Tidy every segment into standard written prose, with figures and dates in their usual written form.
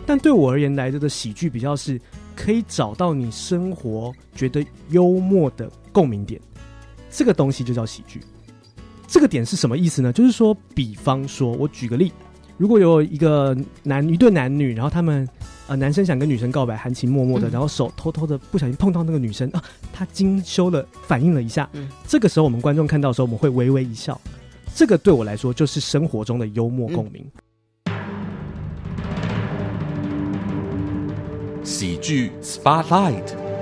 但对我而言来的喜剧比较是可以找到你生活觉得幽默的共鸣点，这个东西就叫喜剧。这个点是什么意思呢？就是说比方说我举个例，如果有一对男女，然后他们男生想跟女生告白，含情脉脉的，然后手偷偷的不小心碰到那个女生她惊羞了反应了一下，这个时候我们观众看到的时候我们会微微一笑，这个对我来说就是生活中的幽默共鸣。 喜剧 Spotlight。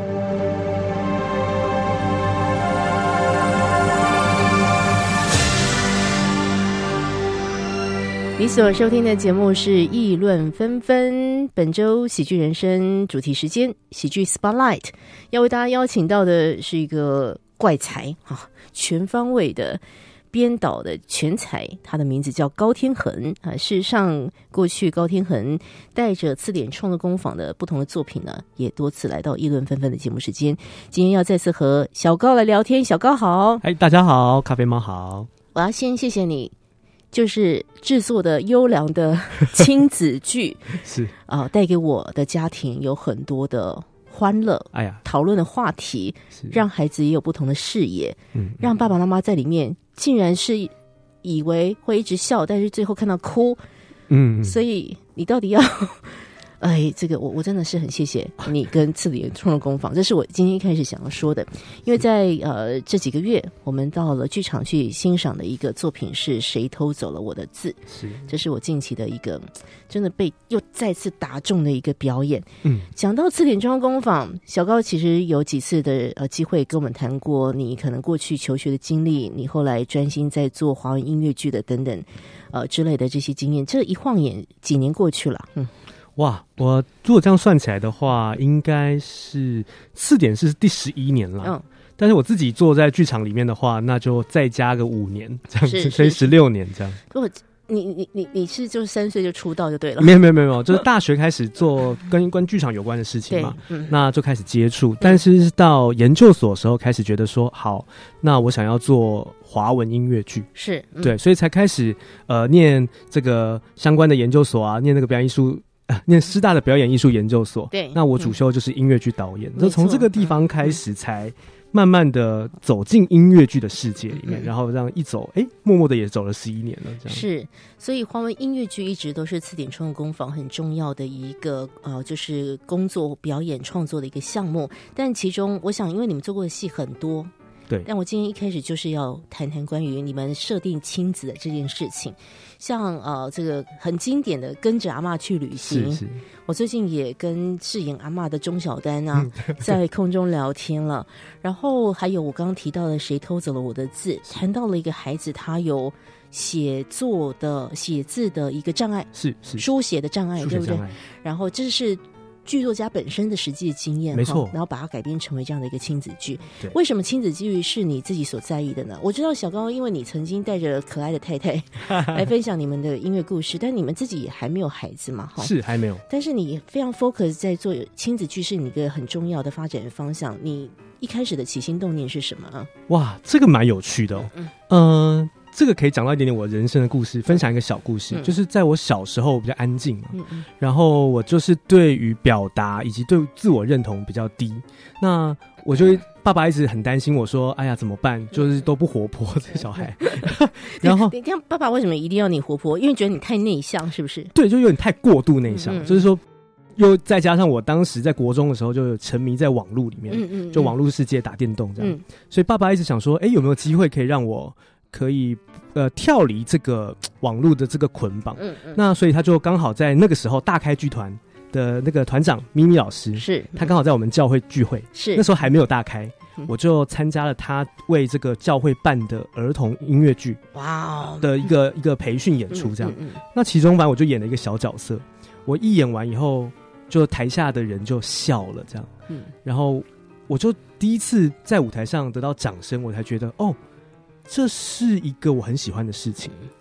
你所收听的节目是议论纷纷，本周喜剧人生主题时间喜剧 Spotlight， 要为大家邀请到的是一个怪才全方位的编导的全才，他的名字叫高天恒事实上过去高天恒带着刺点创作工坊的不同的作品呢，也多次来到议论纷纷的节目时间。今天要再次和小高来聊天。小高好。 大家好，咖啡猫好。 我要先谢谢你，就是制作的优良的亲子剧是带给我的家庭有很多的欢乐，讨论的话题，让孩子也有不同的视野，让爸爸妈妈在里面竟然是以为会一直笑，但是最后看到哭，所以你到底要这个我真的是很谢谢你跟刺点创作工坊，这是我今天一开始想要说的。因为在这几个月我们到了剧场去欣赏的一个作品是谁偷走了我的字，这是我近期的一个真的被又再次打中的一个表演。讲到刺点创作工坊，小高其实有几次的机会跟我们谈过你可能过去求学的经历，你后来专心在做华文音乐剧的等等之类的这些经验，这一晃眼几年过去了。 哇，我如果这样算起来的话，应该是刺点是第11年了。但是我自己坐在剧场里面的话，那就再加个5年这样子，所以16年这样。 你是就3岁就出道就对了？ 没有，就是大学开始做跟剧场有关的事情嘛，那就开始接触。但是到研究所的时候，开始觉得说，好，那我想要做华文音乐剧，对，所以才开始念这个相关的研究所啊，念那个表演艺术。念师大的表演艺术研究所， 对， 那我主修就是音乐剧导演，就从这个地方开始才慢慢的走进音乐剧的世界里面，然后这样一走，默默的也走了11年了，这样是。所以华文音乐剧一直都是刺点创作工坊很重要的一个就是工作表演创作的一个项目，但其中我想因为你们做过的戏很多， 对， 但我今天一开始就是要谈谈关于你们设定亲子的这件事情。像这个很经典的跟着阿嬷去旅行， 是我最近也跟饰演阿嬷的钟小丹在空中聊天了。然后还有我刚刚提到的谁偷走了我的字，谈到了一个孩子他有写字的一个障碍， 是书写的障碍，对不对？然后这是剧作家本身的实际的经验， 没错， 然后把它改编成为这样的一个亲子剧。为什么亲子剧是你自己所在意的呢？我知道小高因为你曾经带着可爱的太太来分享你们的音乐故事，但你们自己也还没有孩子嘛， 是还没有，但是你非常 focus 在做亲子剧，是你一个很重要的发展方向。你一开始的起心动念是什么啊？ 哇，这个蛮有趣的这个可以讲到一点点我人生的故事，分享一个小故事，就是在我小时候比较安静嘛，然后我就是对于表达以及对自我认同比较低，那我就爸爸一直很担心我说，哎呀怎么办，就是都不活泼这个小孩然后你这样爸爸为什么一定要你活泼？因为觉得你太内向是不是？ 对，就有点太过度内向，就是说又再加上我当时在国中的时候就沉迷在网络里面，就网络世界打电动这样，所以爸爸一直想说，有没有机会可以让我可以跳离这个网络的这个捆绑，那所以他就刚好在那个时候大开剧团的那个团长咪咪老师， 是他刚好在我们教会聚会，是那时候还没有大开，我就参加了他为这个教会办的儿童音乐剧的一个培训演出这样，那其中反正我就演了一个小角色，我一演完以后就台下的人就笑了这样，然后我就第一次在舞台上得到掌声，我才觉得这是一个我很喜欢的事情。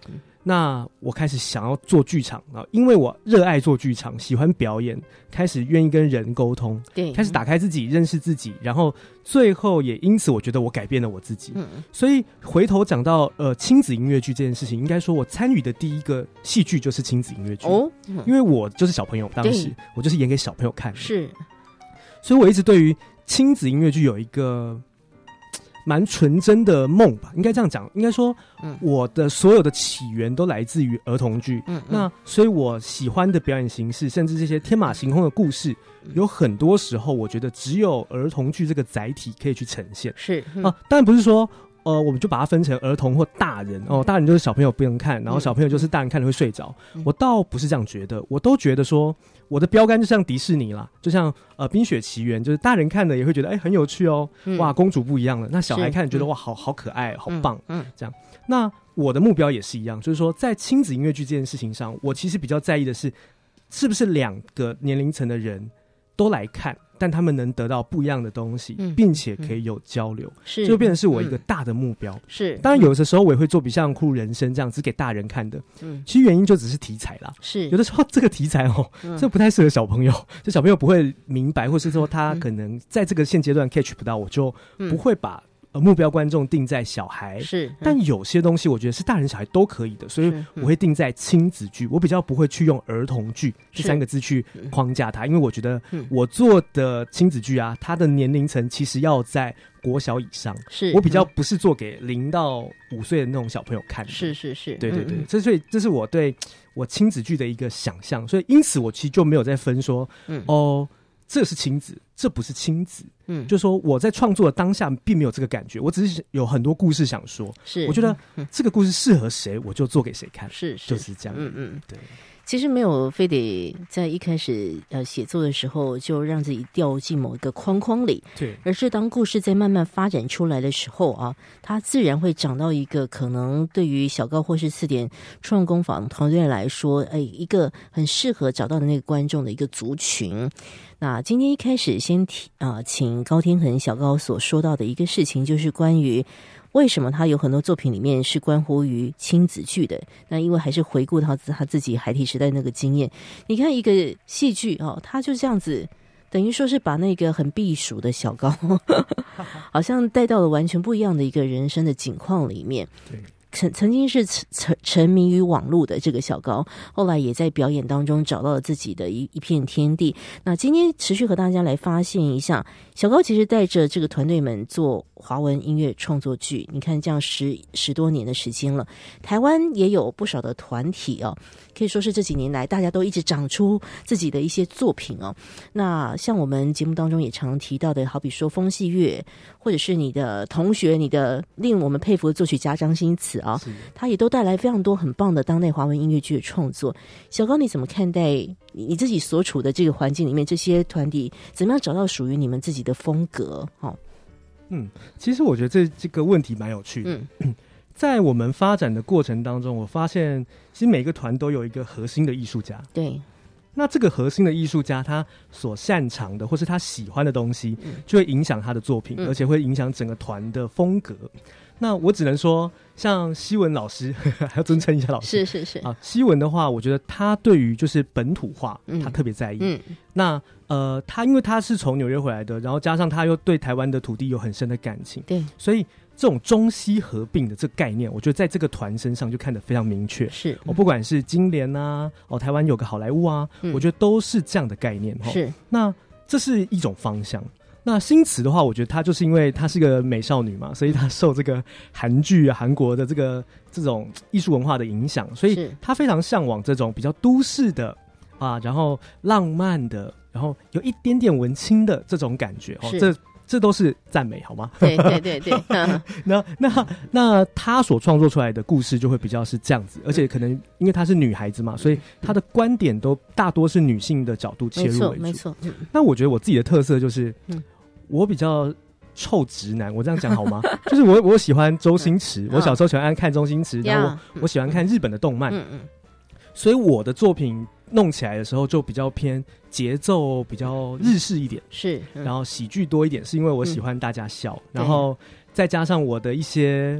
那我开始想要做剧场啊，因为我热爱做剧场，喜欢表演，开始愿意跟人沟通， 对， 开始打开自己，认识自己，然后最后也因此我觉得我改变了我自己。所以回头讲到亲子音乐剧这件事情，应该说我参与的第一个戏剧就是亲子音乐剧因为我就是小朋友，当时我就是演给小朋友看的， 是， 所以我一直对于亲子音乐剧有一个蛮纯真的梦吧，应该这样讲。应该说，我的所有的起源都来自于儿童剧。那所以我喜欢的表演形式，甚至这些天马行空的故事，有很多时候我觉得只有儿童剧这个载体可以去呈现。 是当然不是说。我们就把它分成儿童或大人大人就是小朋友不能看，然后小朋友就是大人看了会睡着。我倒不是这样觉得，我都觉得说我的标杆就像迪士尼啦，就像冰雪奇缘，就是大人看了也会觉得很有趣哇，公主不一样了。那小孩看觉得哇，好可爱，好棒，这样。那我的目标也是一样，就是说在亲子音乐剧这件事情上，我其实比较在意的是不是2个年龄层的人都来看，但他们能得到不一样的东西，并且可以有交流，就变成是我一个大的目标。 是， 当然有的时候我也会做比像酷人生这样只给大人看的，其实原因就只是题材啦。 是， 有的时候这个题材这不太适合小朋友，就小朋友不会明白，或是说他可能在这个现阶段 catch 不到，我就不会把目标观众定在小孩， 是， 但有些东西我觉得是大人小孩都可以的，所以我会定在亲子剧，我比较不会去用儿童剧这3个字去框架它，因为我觉得我做的亲子剧啊，它的年龄层其实要在国小以上， 是我比较不是做给0到5岁的那种小朋友看的， 是， 对对对，所以这是我对我亲子剧的一个想象，所以因此我其实就没有在分说这是亲子，这不是亲子。就是说我在创作的当下并没有这个感觉，我只是有很多故事想说， 是， 我觉得这个故事适合谁，我就做给谁看， 是， 就是这样。对。 其实没有非得在一开始写作的时候就让自己掉进某一个框框里， 对， 而是当故事在慢慢发展出来的时候啊，它自然会长到一个可能对于小高或是4点创工坊团队来说，一个很适合找到的那个观众的一个族群。那今天一开始先请高天恒小高所说到的一个事情，就是关于为什么他有很多作品里面是关乎于亲子剧的？那因为还是回顾他自己孩提时代那个经验。你看一个戏剧他就这样子，等于说是把那个很避暑的小高，好像带到了完全不一样的一个人生的境况里面。 对。 曾经是沉迷于网络的这个小高，后来也在表演当中找到了自己的一片天地。那今天持续和大家来发现一下，小高其实带着这个团队们做华文音乐创作剧，你看这样十多年的时间了，台湾也有不少的团体可以说是这几年来大家都一直长出自己的一些作品那像我们节目当中也常提到的，好比说风戏乐，或者是你的同学，你的令我们佩服的作曲家张新慈他也都带来非常多很棒的当代华文音乐剧的创作。小高，你怎么看待你自己所处的这个环境里面，这些团体怎么样找到属于你们自己的风格？ 其实我觉得这个问题蛮有趣的。在我们发展的过程当中，我发现其实每个团都有一个核心的艺术家。 对。 那这个核心的艺术家，他所擅长的或是他喜欢的东西，就会影响他的作品，而且会影响整个团的风格。那我只能说，像希文老师，还要尊称一下老师， 是希文的话，我觉得他对于就是本土化，他特别在意。那他因为他是从纽约回来的，然后加上他又对台湾的土地有很深的感情， 对， 所以这种中西合并的这个概念，我觉得在这个团身上就看得非常明确。 是， 不管是金莲啊，台湾有个好莱坞啊，我觉得都是这样的概念。 是， 那这是一种方向。那新词的话，我觉得她就是因为她是个美少女嘛，所以她受这个韩剧韩国的这种艺术文化的影响，所以她非常向往这种比较都市的然后浪漫的，然后有一点点文青的这种感觉。这都是赞美，好吗？ 对对对对。 那他所创作出来的故事就会比较是这样子，而且可能因为她是女孩子嘛，所以她的观点都大多是女性的角度切入为主。 没错。 那我觉得我自己的特色就是，我比较臭直男，我这样讲好吗？就是我喜欢周星驰，我小时候喜欢看周星驰，然后我喜欢看日本的动漫，所以我的作品弄起来的时候就比较偏节奏比较日式一点， 是， 然后喜剧多一点，是因为我喜欢大家笑，然后再加上我的一些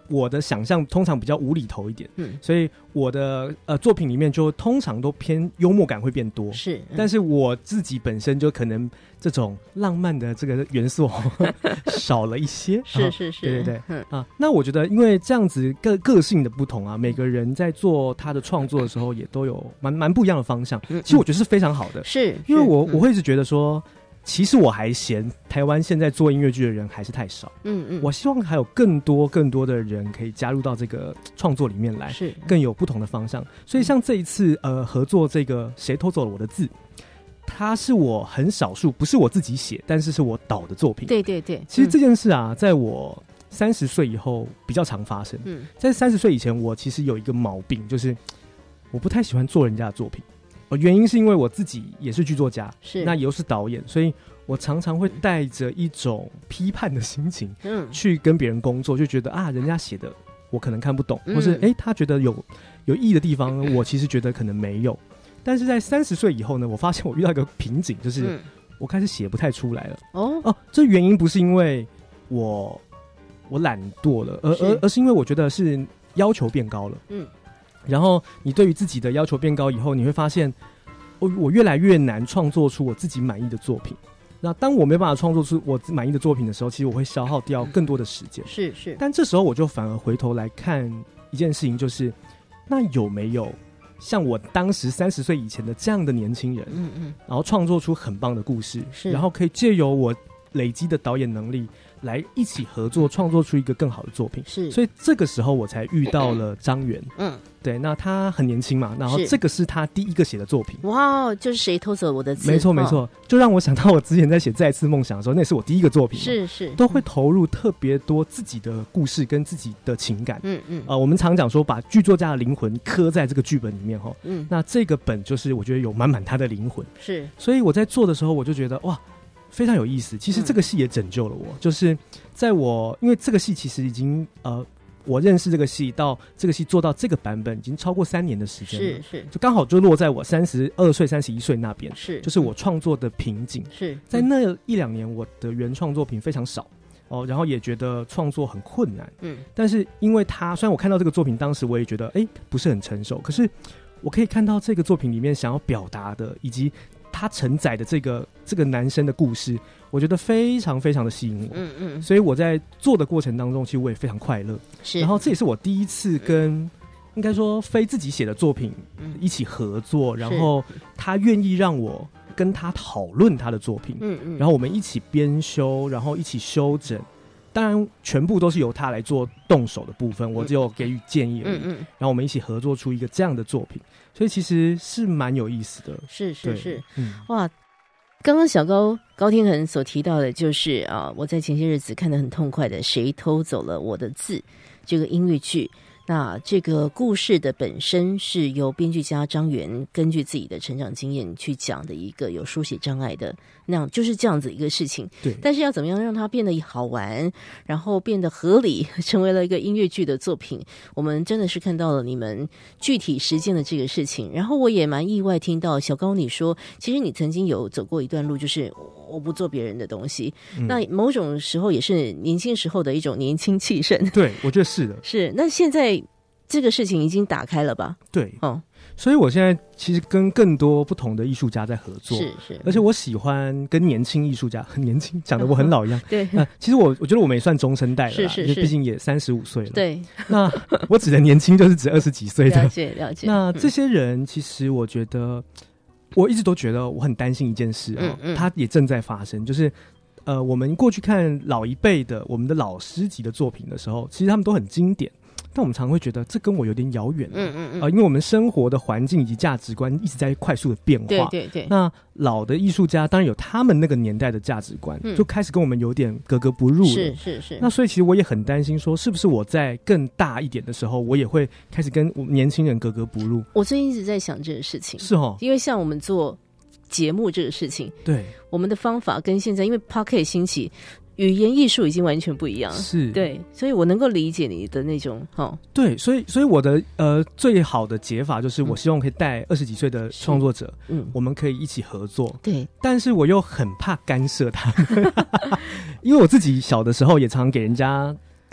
我的想象通常比较无厘头一点，所以我的作品里面就通常都偏幽默感会变多， 是， 但是我自己本身就可能这种浪漫的这个元素少了一些， 是是是， 对对对，那我觉得因为这样子个性的不同啊，每个人在做他的创作的时候也都有蛮不一样的方向，其实我觉得是非常好的， 是因为我会一直觉得说。其实我还嫌台湾现在做音乐剧的人还是太少，我希望还有更多的人可以加入到这个创作里面来， 是更有不同的方向。所以像这一次合作这个谁偷走了我的字，它是我很少数不是我自己写，但是我导的作品。 对对对， 其实这件事啊，在我30岁以后比较常发生。在30岁以前，我其实有一个毛病，就是我不太喜欢做人家的作品。原因是因为我自己也是剧作家，是那也又是导演，所以我常常会带着一种批判的心情，去跟别人工作，就觉得啊，人家写的我可能看不懂，或是他觉得有意义的地方，我其实觉得可能没有。但是在30岁以后呢，我发现我遇到一个瓶颈，就是我开始写不太出来了。这原因不是因为我懒惰了，而是因为我觉得是要求变高了。然后你对于自己的要求变高以后，你会发现我越来越难创作出我自己满意的作品。那当我没办法创作出我满意的作品的时候，其实我会消耗掉更多的时间。是。但这时候我就反而回头来看一件事情，就是那有没有像我当时30岁以前的这样的年轻人，然后创作出很棒的故事，然后可以借由我累积的导演能力来一起合作创作出一个更好的作品。是，所以这个时候我才遇到了张元。对，那他很年轻嘛，然后这个是他第一个写的作品。哇， 就是谁偷走我的字？ 没错，就让我想到我之前在写《再次梦想》的时候，那是我第一个作品。是，都会投入特别多自己的故事跟自己的情感。我们常讲说把剧作家的灵魂刻在这个剧本里面哈。那这个本就是我觉得有满他的灵魂。是，所以我在做的时候，我就觉得哇。非常有意思，其实这个戏也拯救了我，就是在我因为这个戏其实已经我认识这个戏到这个戏做到这个版本已经超过3年的时间了，是，就刚好就落在我32岁、31岁那边，是，就是我创作的瓶颈，是在那1-2年我的原创作品非常少然后也觉得创作很困难，但是因为他虽然我看到这个作品，当时我也觉得不是很成熟，可是我可以看到这个作品里面想要表达的以及他承载的这个男生的故事，我觉得非常非常的吸引我。所以我在做的过程当中，其实我也非常快乐。是，然后这也是我第一次跟应该说非自己写的作品一起合作，然后他愿意让我跟他讨论他的作品，然后我们一起编修，然后一起修整。当然全部都是由他来做动手的部分，我只有给予建议而已。然后我们一起合作出一个这样的作品，所以其实是蛮有意思的。是，哇！刚刚小高天恒所提到的就是我在前些日子看得很痛快的《谁偷走了我的字》这个音乐剧。那这个故事的本身是由编剧家张元根据自己的成长经验去讲的一个有书写障碍的那样，就是这样子一个事情。对，但是要怎么样让它变得好玩，然后变得合理，成为了一个音乐剧的作品，我们真的是看到了你们具体实践的这个事情。然后我也蛮意外听到小高你说，其实你曾经有走过一段路，就是我不做别人的东西，那某种时候也是年轻时候的一种年轻气盛。 对，我觉得是的。 是，那现在这个事情已经打开了吧？ 对，所以我现在其实跟更多不同的艺术家在合作，是，而且我喜欢跟年轻艺术家，很年轻，讲得我很老一样。对，其实我觉得我们也算中生代了啦，因为毕竟也35岁了。对，那我指的年轻就是指20几岁的。了解。那这些人其实我觉得，我一直都觉得我很担心一件事它也正在发生，就是我们过去看老一辈的我们的老师级的作品的时候，其实他们都很经典。但我们常会觉得这跟我有点遥远，因为我们生活的环境以及价值观一直在快速的变化。对。那老的艺术家当然有他们那个年代的价值观，就开始跟我们有点格格不入了。是。那所以其实我也很担心，说是不是我在更大一点的时候，我也会开始跟我们年轻人格格不入。我最近一直在想这个事情，是因为像我们做节目这个事情，对我们的方法跟现在因为 Podcast 兴起。语言艺术已经完全不一样了，是对，所以我能够理解你的那种对，所以我的最好的解法就是我希望可以带20几岁的创作者，我们可以一起合作，对，但是我又很怕干涉他们因为我自己小的时候也常常给人家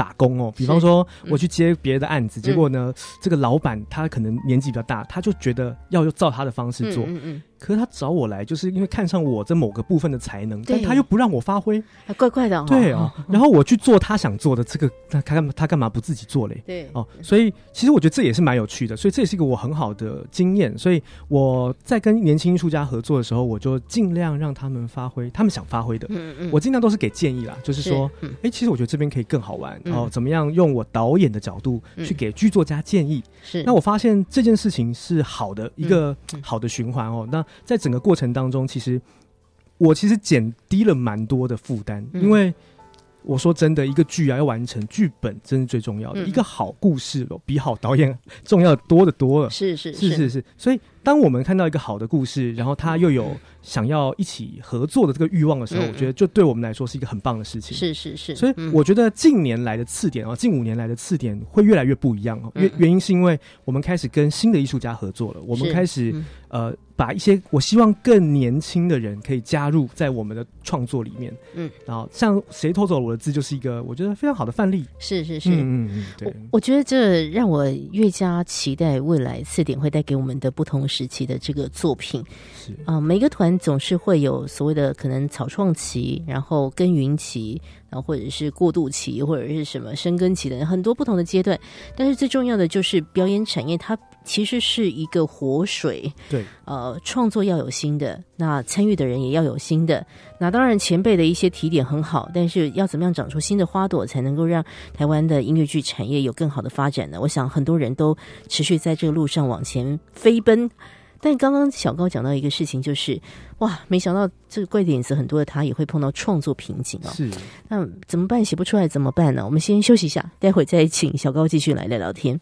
打工哦，比方说我去接别的案子，结果呢，这个老板他可能年纪比较大，他就觉得要照他的方式做，可是他找我来，就是因为看上我这某个部分的才能，但他又不让我发挥， 怪怪的哦。 对哦，然后我去做他想做的这个，他干嘛不自己做嘞？ 对哦，所以其实我觉得这也是蛮有趣的，所以这也是一个我很好的经验。所以我在跟年轻艺术家合作的时候，我就尽量让他们发挥他们想发挥的。我尽量都是给建议啦，就是说，其实我觉得这边可以更好玩，怎么样用我导演的角度去给剧作家建议。 是， 那我发现这件事情是好的一个好的循环哦。那在整个过程当中，我其实减低了蛮多的负担，因为我说真的，一个剧啊要完成，剧本真是最重要的。一个好故事比好导演重要的多得多了。 是。 所以当我们看到一个好的故事，然后他又有想要一起合作的这个欲望的时候，我觉得就对我们来说是一个很棒的事情。 是。 所以我觉得近年来的次点啊，近5年来的次点会越来越不一样哦。原因是因为我们开始跟新的艺术家合作了，我们开始把一些我希望更年轻的人可以加入在我们的创作里面。然后像谁偷走了我的字就是一个我觉得非常好的范例。 是。 对， 我觉得这让我越加期待未来次点会带给我们的不同时期的这个作品。是每个团总是会有所谓的可能草创期，然后耕耘期，然后或者是过渡期，或者是什么深耕期的很多不同的阶段。但是最重要的就是表演产业它其实是一个活水。 对， 创作要有新的，那参与的人也要有新的。那当然前辈的一些提点很好，但是要怎么样长出新的花朵，才能够让台湾的音乐剧产业有更好的发展呢？我想很多人都持续在这个路上往前飞奔。但刚刚小高讲到一个事情，就是哇，没想到这个怪点子很多的他也会碰到创作瓶颈哦。 是， 那怎么办？写不出来怎么办呢？我们先休息一下，待会再请小高继续来聊聊天。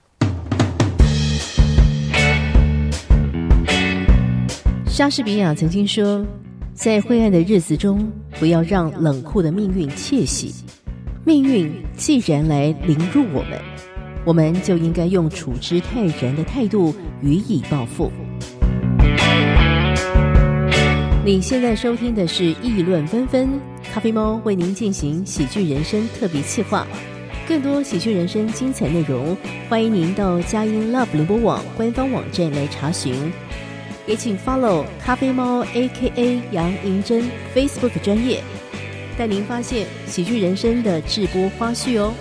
莎士比亚曾经说，在灰暗的日子中，不要让冷酷的命运窃喜。命运既然来凌辱我们就应该用处之泰然的态度予以报复。你现在收听的是议论纷纷，咖啡猫为您进行喜剧人生特别企划。更多喜剧人生精彩内容，欢迎您到佳音 Love 联播网官方网站来查询，也请 follow 咖啡猫 AKA 杨银珍 Facebook 专页，带您发现喜剧人生的直播花絮哦。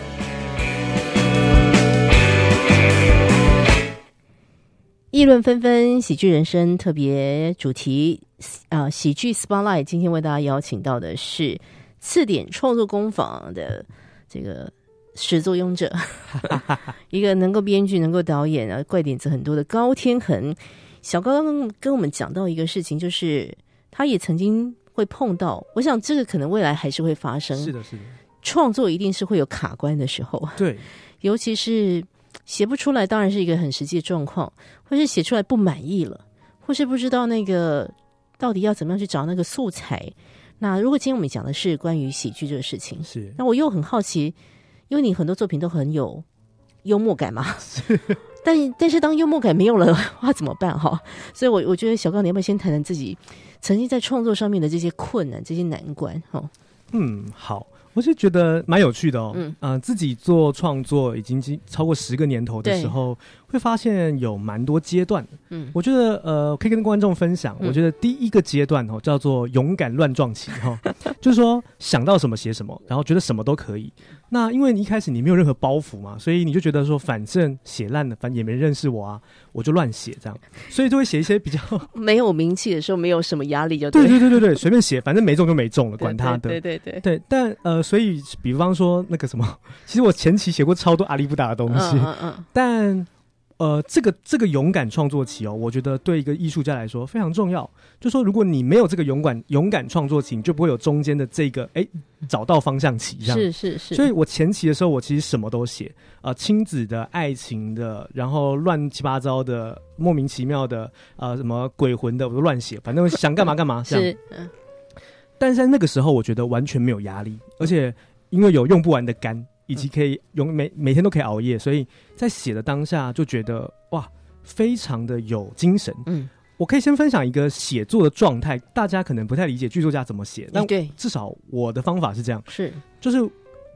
议论纷纷，喜剧人生特别主题喜剧 Spotlight。今天为大家邀请到的是次点创作工坊的这个始作俑者，一个能够编剧、能够导演怪点子很多的高天恒。小高刚跟我们讲到一个事情，就是他也曾经会碰到，我想这个可能未来还是会发生。 是的， 创作一定是会有卡关的时候， 对， 尤其是写不出来，当然是一个很实际的状况，或是写出来不满意了，或是不知道那个到底要怎么样去找那个素材。那如果今天我们讲的是关于喜剧这个事情， 是， 那我又很好奇，因为你很多作品都很有幽默感嘛，但是当幽默感没有了的话怎么办哈？所以我觉得小高，你要不要先谈谈自己曾经在创作上面的这些困难、这些难关哈？ 好。我是觉得蛮有趣的哦，自己做创作已经超过10个年头的时候，会发现有蛮多阶段的。我觉得可以跟观众分享。我觉得第一个阶段叫做勇敢乱撞期就是说想到什么写什么，然后觉得什么都可以。那因为你一开始你没有任何包袱嘛，所以你就觉得说反正写烂了，反正也没人认识我啊，我就乱写这样，所以就会写一些比较没有名气的时候，没有什么压力就对，随便写，反正没中就没中了，管他的。 对， 但所以比方说那个什么，其实我前期写过超多阿里不达的东西，但这个勇敢创作期我觉得对一个艺术家来说非常重要。就说如果你没有这个勇敢创作期，你就不会有中间的这个找到方向期这样。 是。 所以我前期的时候，我其实什么都写，亲子的、爱情的，然后乱七八糟的、莫名其妙的，什么鬼魂的，我都乱写，反正想干嘛干嘛这样。但是在那个时候，我觉得完全没有压力，而且因为有用不完的肝，以及可以每天都可以熬夜，所以在写的当下就觉得哇，非常的有精神。我可以先分享一个写作的状态，大家可能不太理解剧作家怎么写，但至少我的方法是这样， 是就是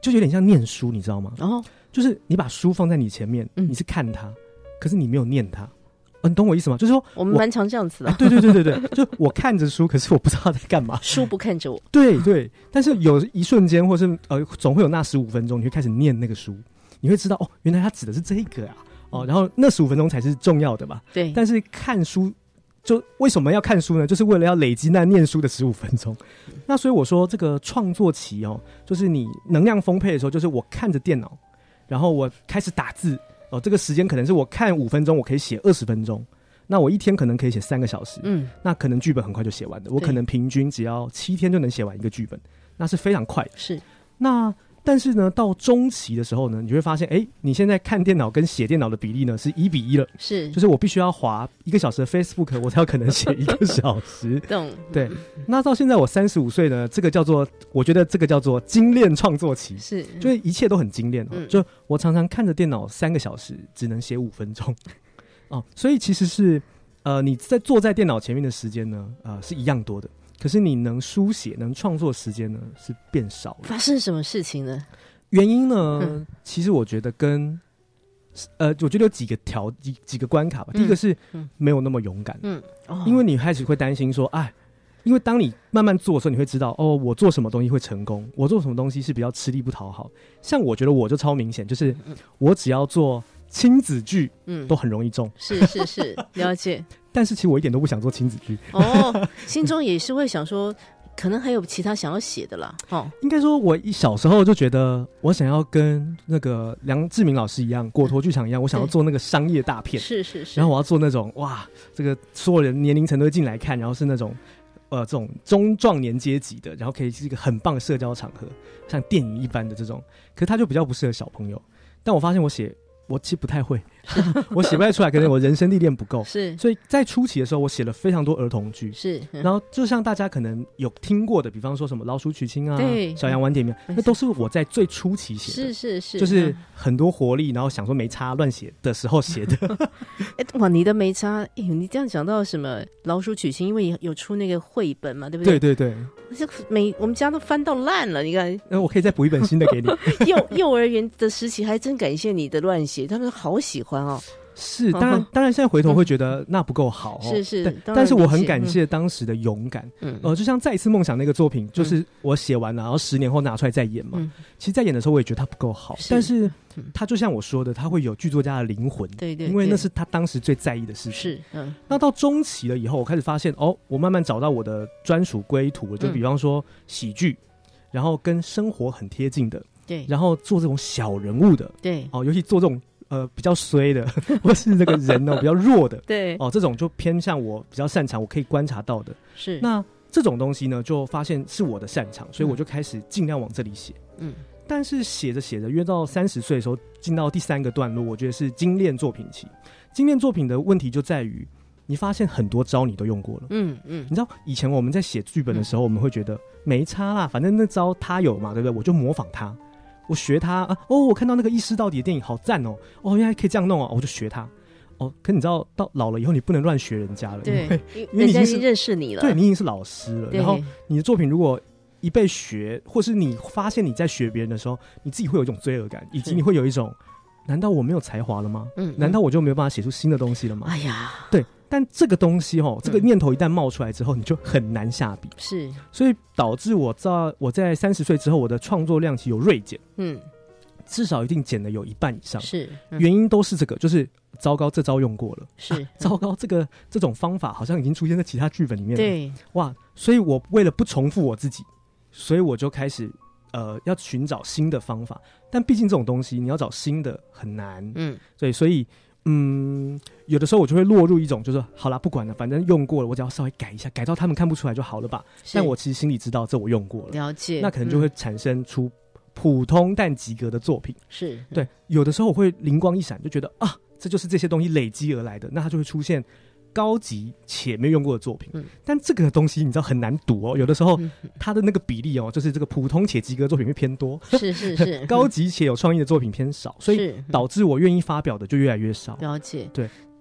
就有点像念书，你知道吗？就是你把书放在你前面，你是看它，可是你没有念它。你懂我意思吗？就是说我们蛮常这样子的。 对对对对对，就我看着书，可是我不知道在干嘛， 书不看着我。 对对，但是有一瞬间，或是总会有那15分钟，你会开始念那个书，你会知道原来它指的是这个啊，然后那15分钟才是重要的吧？ 对。 但是看书，就为什么要看书呢？就是为了要累积那念书的15分钟。那所以我说这个创作期就是你能量丰沛的时候，就是我看着电脑，然后我开始打字。这个时间可能是我看5分钟，我可以写20分钟。那我一天可能可以写3个小时，那可能剧本很快就写完的。我可能平均只要7天就能写完一个剧本，那是非常快的。 是。 那但是呢，到中期的时候呢，你就会发现，你现在看电脑跟写电脑的比例呢是1:1了。 是， 就是我必须要滑1个小时的 Facebook， 我才有可能写1个小时。 懂。 对。那到现在我35岁呢，我觉得这个叫做精炼创作期。 是， 就是一切都很精炼。就我常常看着电脑3个小时，只能写5分钟。所以其实是你坐在电脑前面的时间呢，是一样多的。可是你能书写、能创作时间呢，是变少了。 发生什么事情呢？ 原因呢，其实我觉得我觉得有几个关卡吧。第一个是没有那么勇敢，因为你开始会担心说，因为当你慢慢做的时候，你会知道，我做什么东西会成功，我做什么东西是比较吃力不讨好。像我觉得我就超明显，就是我只要做亲子剧，都很容易中。 是，了解。 但是其实我一点都不想做亲子剧。 心中也是会想说，可能还有其他想要写的啦。 应该说，我小时候就觉得，我想要跟那个梁志明老师一样，果陀剧场一样，我想要做那个商业大片。 是。 然后我要做那种这个所有人年龄层都会进来看，然后是那种这种中壮年阶级的，然后可以是一个很棒的社交场合，像电影一般的这种。可是它就比较不适合小朋友。但我发现我其实不太会，我写不太出来，可能我人生历练不够。 是， 所以在初期的时候，我写了非常多儿童剧。 是， 然后就像大家可能有听过的，比方说什么老鼠娶亲啊， 对， 小羊玩点面，那都是我在最初期写的。 是， 就是很多活力，然后想说没差乱写的时候写的。 你的没差，你这样讲到什么老鼠娶亲，因为有出那个绘本嘛，对不对？ 对对对。 我们家都翻到烂了，你看。 我可以再补一本新的给你。 幼儿园的时期还真感谢你的乱写，他们好喜欢哦。 是，当然现在回头会觉得那不够好。 是， 但是我很感谢当时的勇敢。就像再一次梦想那个作品，就是我写完了，然后10年后拿出来再演嘛。其实在演的时候我也觉得它不够好，但是它就像我说的，它会有剧作家的灵魂。 对， 因为那是他当时最在意的事情。 是， 那到中期了以后，我开始发现我慢慢找到我的专属归途，就比方说喜剧，然后跟生活很贴近的。 对， 然后做这种小人物的。 对， 尤其做这种比较衰的，或是这个人比较弱的。 对， 这种就偏向我比较擅长，我可以观察到的。 是， 那这种东西呢，就发现是我的擅长，所以我就开始尽量往这里写。但是写着写着，约到30岁的时候，进到第3个段落，我觉得是精炼作品期。精炼作品的问题就在于，你发现很多招你都用过了。你知道以前我们在写剧本的时候，我们会觉得没差啦，反正那招他有嘛，对不对？我就模仿他。我学他我看到那个一尸到底的电影好赞原来可以这样弄我就学他可你知道到老了以后你不能乱学人家了。 对，因为人家已经认识你了。 对，你已经是老师了。然后你的作品如果一被学，或是你发现你在学别人的时候，你自己会有一种罪恶感，以及你会有一种难道我没有才华了吗？难道我就没有办法写出新的东西了吗？ 哎呀， 对。但这个东西这个念头一旦冒出来之后，你就很难下笔。 是， 所以导致我在30岁之后，我的创作量其实有锐减。至少一定减了有1半以上。 是， 原因都是这个，就是糟糕，这招用过了。 是， 糟糕，这种方法好像已经出现在其他剧本里面了。 对， 所以我为了不重复我自己，所以我就开始要寻找新的方法。但毕竟这种东西你要找新的很难。对，所以有的时候我就会落入一种就是好啦，不管了，反正用过了，我只要稍微改一下，改到他们看不出来就好了吧。但我其实心里知道这我用过了。 了解。 那可能就会产生出普通但及格的作品。 是， 对。有的时候我会灵光一闪，就觉得这就是这些东西累积而来的，那它就会出现高级且没有用过的作品。但这个东西你知道很难读有的时候它的那个比例就是这个普通且及格的作品会偏多， 是高级且有创意的作品偏少，所以导致我愿意发表的就越来越少。 了解。 对，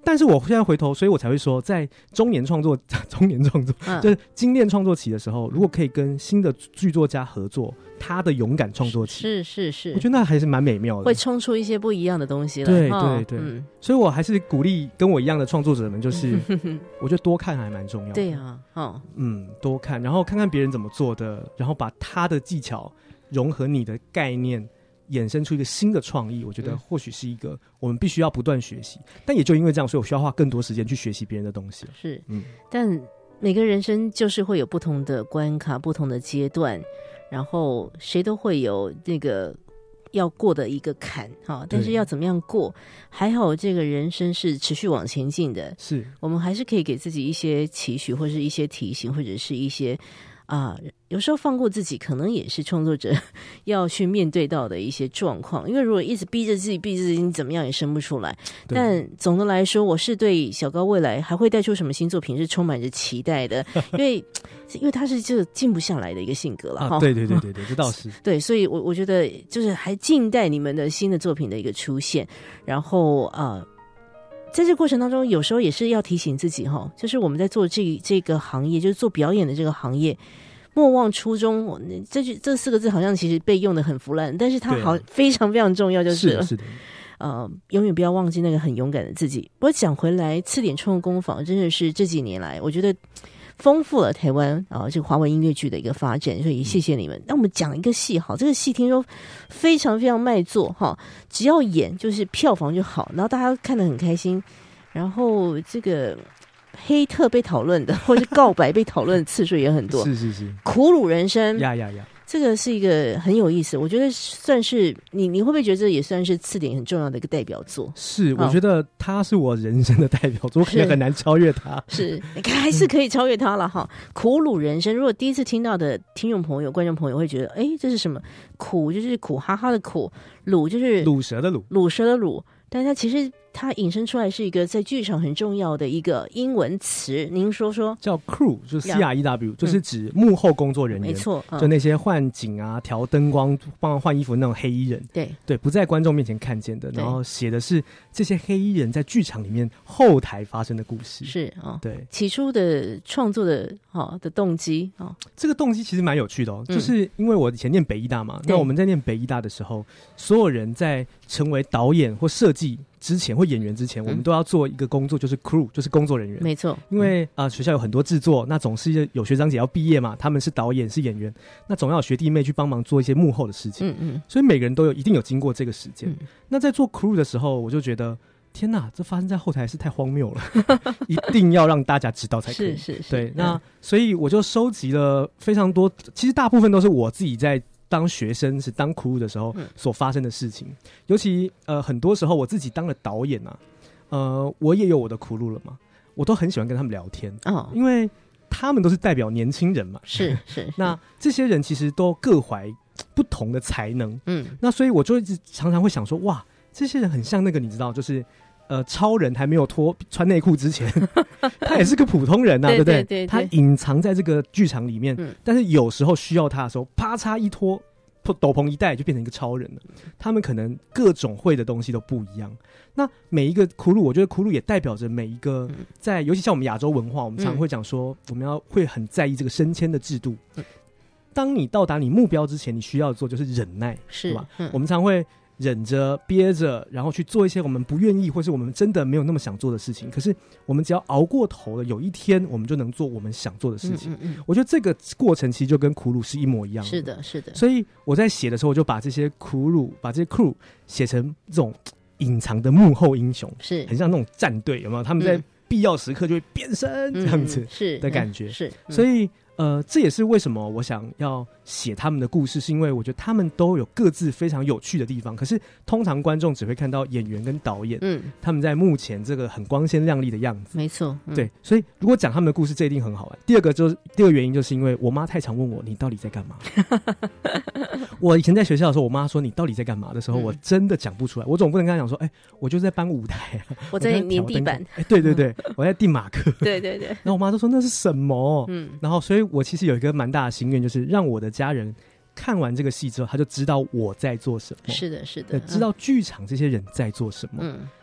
但是我现在回头，所以我才会说，在中年创作就是精炼创作期的时候，如果可以跟新的剧作家合作，他的勇敢创作期，是，我觉得那还是蛮美妙的， 会冲出一些不一样的东西来。 对，所以我还是鼓励跟我一样的创作者们，就是我觉得多看还蛮重要的。 对啊， 多看，然后看看别人怎么做的，然后把他的技巧融合你的概念，衍生出一个新的创意，我觉得或许是一个我们必须要不断学习。但也就因为这样，所以我需要花更多时间去学习别人的东西。 是，但每个人生就是会有不同的关卡、不同的阶段，然后谁都会有那个要过的一个坎哈，但是要怎么样过？还好这个人生是持续往前进的， 是我们还是可以给自己一些期许，或是一些提醒，或者是一些有时候放过自己，可能也是创作者要去面对到的一些状况。因为如果一直逼着自己，你怎么样也生不出来。但总的来说，我是对小高未来还会带出什么新作品是充满着期待的，因为他是这个静不下来的一个性格了。 对，这倒是对，所以我觉得就是还静待你们的新的作品的一个出现。然后在这个过程当中，有时候也是要提醒自己就是我们在做这个行业，就是做表演的这个行业，莫忘初衷。这4个字好像其实被用得很腐烂，但是它非常非常重要，就是了。 是的。 永远不要忘记那个很勇敢的自己。不过讲回来，刺点创作工坊真的是这几年来，我觉得丰富了台湾这个华文音乐剧的一个发展，所以谢谢你们。那我们讲一个戏这个戏听说非常非常卖座只要演就是票房就好，然后大家看得很开心，然后这个黑特被讨论的或是告白被讨论的次数也很多。 是苦鲁人生呀， 这个是一个很有意思，我觉得算是你会不会觉得这也算是刺点很重要的一个代表作？ 是，我觉得它是我人生的代表作，我可能很难超越它。 是，你看还是可以超越它了苦鲁人生，如果第一次听到的听众朋友、观众朋友会觉得，这是什么？苦就是苦哈哈的苦，鲁就是鲁蛇的鲁， 鲁蛇的鲁，但它其实它引申出来是一个在剧场很重要的一个英文词，您说叫 crew， 就是 CREW， 就是指幕后工作人员， 没错， 就那些换景调灯光、帮忙换衣服那种黑衣人，对，不在观众面前看见的，然后写的是这些黑衣人在剧场里面后台发生的故事， 是对， 起初的创作的动机这个动机其实蛮有趣的就是因为我以前念北艺大嘛，那我们在念北艺大的时候，所有人在成为导演或设计之前或演员之前，我们都要做一个工作，就是 crew， 就是工作人员。没错，因为学校有很多制作，那总是有学长姐要毕业嘛，他们是导演是演员，那总要有学弟妹去帮忙做一些幕后的事情。所以每个人都一定有经过这个时间。那在做 crew 的时候，我就觉得天哪，这发生在后台是太荒谬了，一定要让大家知道才可以。是对，那所以我就收集了非常多，其实大部分都是我自己在当学生是当 crew 的时候所发生的事情，尤其很多时候我自己当了导演我也有我的 crew 了嘛，我都很喜欢跟他们聊天因为他们都是代表年轻人嘛，是那这些人其实都各怀不同的才能，那所以我就一直常常会想说，哇，这些人很像那个你知道，就是超人还没有穿内裤之前他也是个普通人对不对？对，他隐藏在这个剧场里面，但是有时候需要他的时候，啪嚓一脱斗篷一戴就变成一个超人了。他们可能各种会的东西都不一样。那每一个苦鲁，我觉得苦鲁也代表着每一个在尤其像我们亚洲文化，我们常会讲说我们会很在意这个升迁的制度。当你到达你目标之前，你需要做就是忍耐，是吧？我们常会忍着憋着，然后去做一些我们不愿意或是我们真的没有那么想做的事情，可是我们只要熬过头了，有一天我们就能做我们想做的事情。我觉得这个过程其实就跟苦鲁是一模一样的。是的，是的。所以我在写的时候，我就把这些苦鲁，把这些 crew 写成这种隐藏的幕后英雄，是很像那种战队，有没有？他们在必要时刻就会变身这样子的感觉。是，所以这也是为什么我想要写他们的故事，是因为我觉得他们都有各自非常有趣的地方，可是通常观众只会看到演员跟导演他们在幕前这个很光鲜亮丽的样子。没错，对，所以如果讲他们的故事，这一定很好玩。第二个原因就是因为我妈太常问我你到底在干嘛我以前在学校的时候，我妈说你到底在干嘛的时候，我真的讲不出来，我总不能跟她讲说我就在搬舞台我在粘地板对对对我在订马克对对对，然后我妈都说那是什么然后所以我其实有一个蛮大的心愿，就是让我的家人看完这个戏之后，他就知道我在做什么。是的，是的，知道剧场这些人在做什么。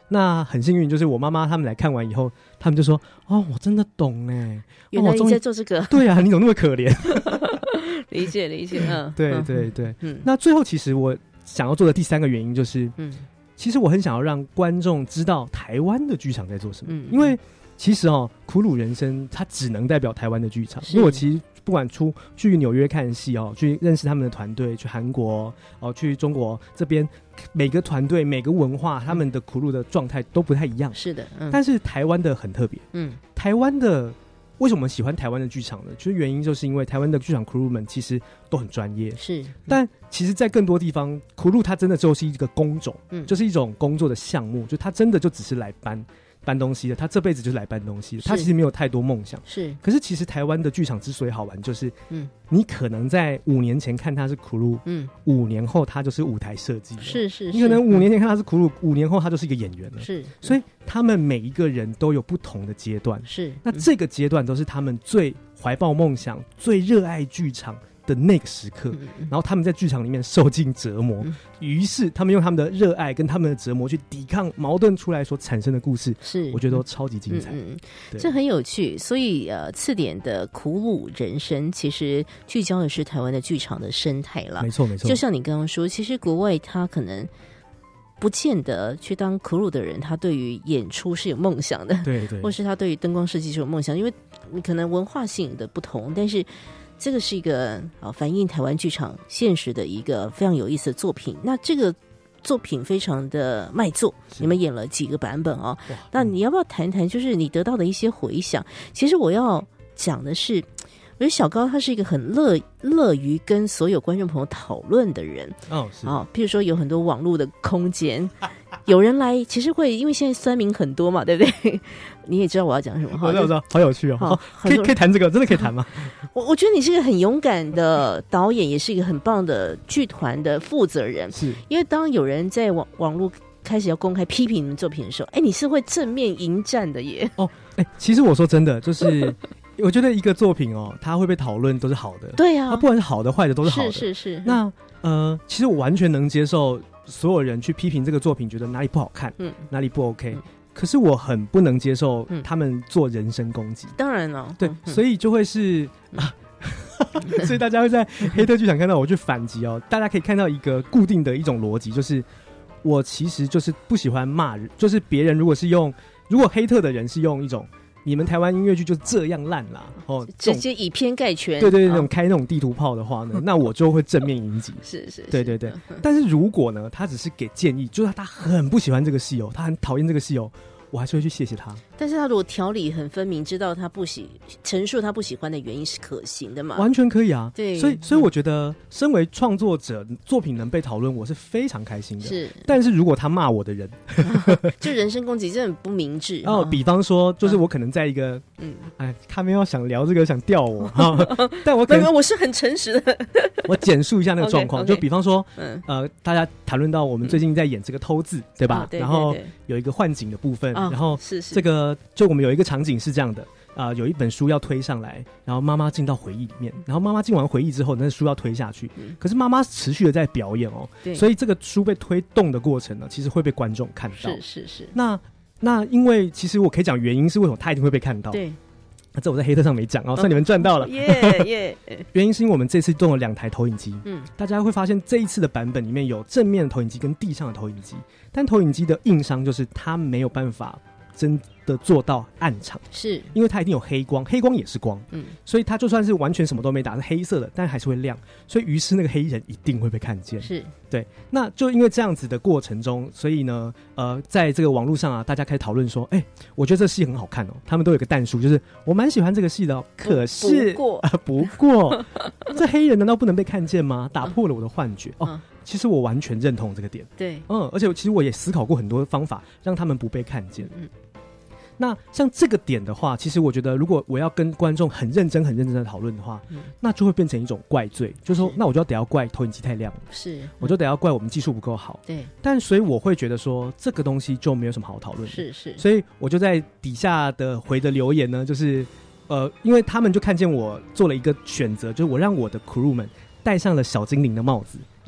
那很幸运，就是我妈妈他们来看完以后，他们就说：“哦，我真的懂哎， 原来你在做这个。” 对啊，你怎么那么可怜？ 理解， 对对对。那最后，其实我想要做的第3个原因就是，其实我很想要让观众知道台湾的剧场在做什么，因为其实苦鲁人生它只能代表台湾的剧场，因为我其实不管去纽约看戏去认识他们的团队，去韩国去中国这边，每个团队每个文化他们的苦鲁的状态都不太一样， 是的， 但是台湾的很特别，台湾的为什么我们喜欢台湾的剧场呢？就是原因就是因为台湾的剧场苦鲁们其实都很专业， 是， 但其实在更多地方苦鲁它真的就是一个工种，就是一种工作的项目，就它真的就只是来搬东西的，他这辈子就是来搬东西的，他其实没有太多梦想。 是， 可是其实台湾的剧场之所以好玩，就是你可能在5年前看他是苦鲁，5年后他就是舞台设计， 是， 你可能5年前看他是苦鲁，5年后他就是一个演员了， 是， 所以他们每一个人都有不同的阶段， 是， 那这个阶段都是他们最怀抱梦想、最热爱剧场的那个时刻，然后他们在剧场里面受尽折磨，于是他们用他们的热爱跟他们的折磨去抵抗矛盾出来所产生的故事，是我觉得都超级精彩， 这很有趣。所以次点的苦鲁人生其实聚焦的是台湾的剧场的生态啦， 没错没错。 就像你刚刚说，其实国外他可能不见得去当苦鲁的人，他对于演出是有梦想的， 对对， 或是他对于灯光设计是有梦想，因为你可能文化性的不同，但是这个是一个反映台湾剧场现实的一个非常有意思的作品。那这个作品非常的卖座，你们演了几个版本那你要不要谈谈就是你得到的一些回响？其实我要讲的是，我觉得小高他是一个很乐于跟所有观众朋友讨论的人是譬如说有很多网络的空间有人来，其实会因为现在酸民很多嘛，对不对？你也知道我要讲什么， 我知道，好有趣可以谈这个，真的可以谈吗？ 我觉得你是一个很勇敢的导演，也是一个很棒的剧团的负责人。 是因为当有人在网络开始要公开批评你们作品的时候，你是会正面迎战的耶。 其实我说真的，就是我觉得一个作品它会被讨论都是好的， 对啊， 它不管是好的坏的都是好的， 是。 那其实我完全能接受所有人去批评这个作品，觉得哪里不好看，哪里不 OK。可是我很不能接受他们做人身攻击， 当然了， 对，所以就会是所以大家会在黑特剧场看到我去反击大家可以看到一个固定的一种逻辑，就是我其实就是不喜欢骂人，就是别人如果黑特的人是用一种你们台湾音乐剧就这样烂啦直接以偏概全， 对对对，那种开那种地图炮的话呢，那我就会正面迎击是对对对。但是如果呢他只是给建议，就是他很不喜欢这个戏他很讨厌这个戏我还是会去谢谢他。 但是他如果条理很分明，知道他陈述他不喜欢的原因是可行的嘛？ 完全可以啊。 对， 所以我觉得，身为创作者，作品能被讨论，我是非常开心的。 是， 但是如果他骂我的人， 就人身攻击，这很不明智。 比方说，就是我可能在一个，他们要想聊这个，想吊我但我可能我是很诚实的。我简述一下那个状况，就比方说，大家谈论到我们最近在演这个偷字，对吧？ 对， 然后有一个换景的部分。然后是这个就我们有一个场景是这样的有一本书要推上来，然后妈妈进到回忆里面，然后妈妈进完回忆之后，那书要推下去，可是妈妈持续的在表演所以这个书被推动的过程呢，其实会被观众看到。 是。 那因为其实我可以讲原因是为什么他一定会被看到。对。这我在黑特上没讲算你们赚到了。原因是因为我们这次动了2台投影机，大家会发现这一次的版本里面有正面的投影机跟地上的投影机，但投影机的硬伤就是它没有办法真的做到暗场，是因为它一定有黑光也是光，所以它就算是完全什么都没打是黑色的，但还是会亮，所以于是那个黑衣人一定会被看见。是对，那就因为这样子的过程中，所以呢在这个网络上大家开始讨论说我觉得这戏很好看他们都有个弹书，就是我蛮喜欢这个戏的可是不过这黑衣人难道不能被看见吗？打破了我的幻觉其实我完全认同这个点。对，而且其实我也思考过很多方法让他们不被看见。那像这个点的话，其实我觉得如果我要跟观众很认真的讨论的话，那就会变成一种怪罪，就是说那我就得要怪投影机太亮了，是我就得要怪我们技术不够好。对，但所以我会觉得说这个东西就没有什么好讨论的。是，所以我就在底下的回的留言呢，就是因为他们就看见我做了一个选择，就是我让我的 crew 们戴上了小精灵的帽子，因